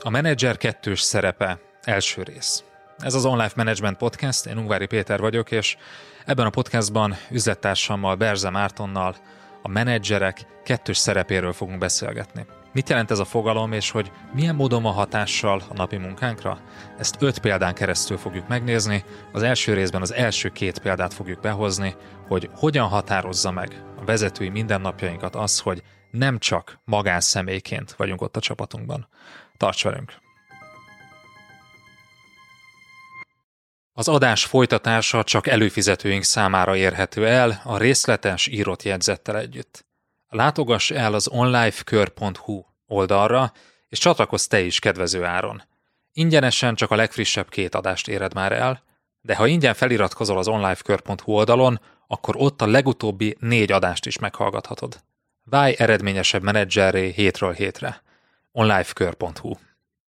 A menedzser kettős szerepe, első rész. Ez az Online Management Podcast, én Ungvári Péter vagyok, és ebben a podcastban üzlettársammal, Berze Mártonnal a menedzserek kettős szerepéről fogunk beszélgetni. Mit jelent ez a fogalom, és hogy milyen módon van hatással a napi munkánkra? Ezt 5 példán keresztül fogjuk megnézni. Az első részben az első 2 példát fogjuk behozni, hogy hogyan határozza meg a vezetői mindennapjainkat az, hogy nem csak magánszemélyként vagyunk ott a csapatunkban. Tarts velünk! Az adás folytatása csak előfizetőink számára érhető el a részletes írott jegyzettel együtt. Látogass el az onlifekör.hu oldalra, és csatlakozz te is kedvező áron. Ingyenesen csak a legfrissebb 2 adást éred már el, de ha ingyen feliratkozol az onlifekör.hu oldalon, akkor ott a legutóbbi 4 adást is meghallgathatod. Válj eredményesebb menedzserré hétről hétre. onlifekör.hu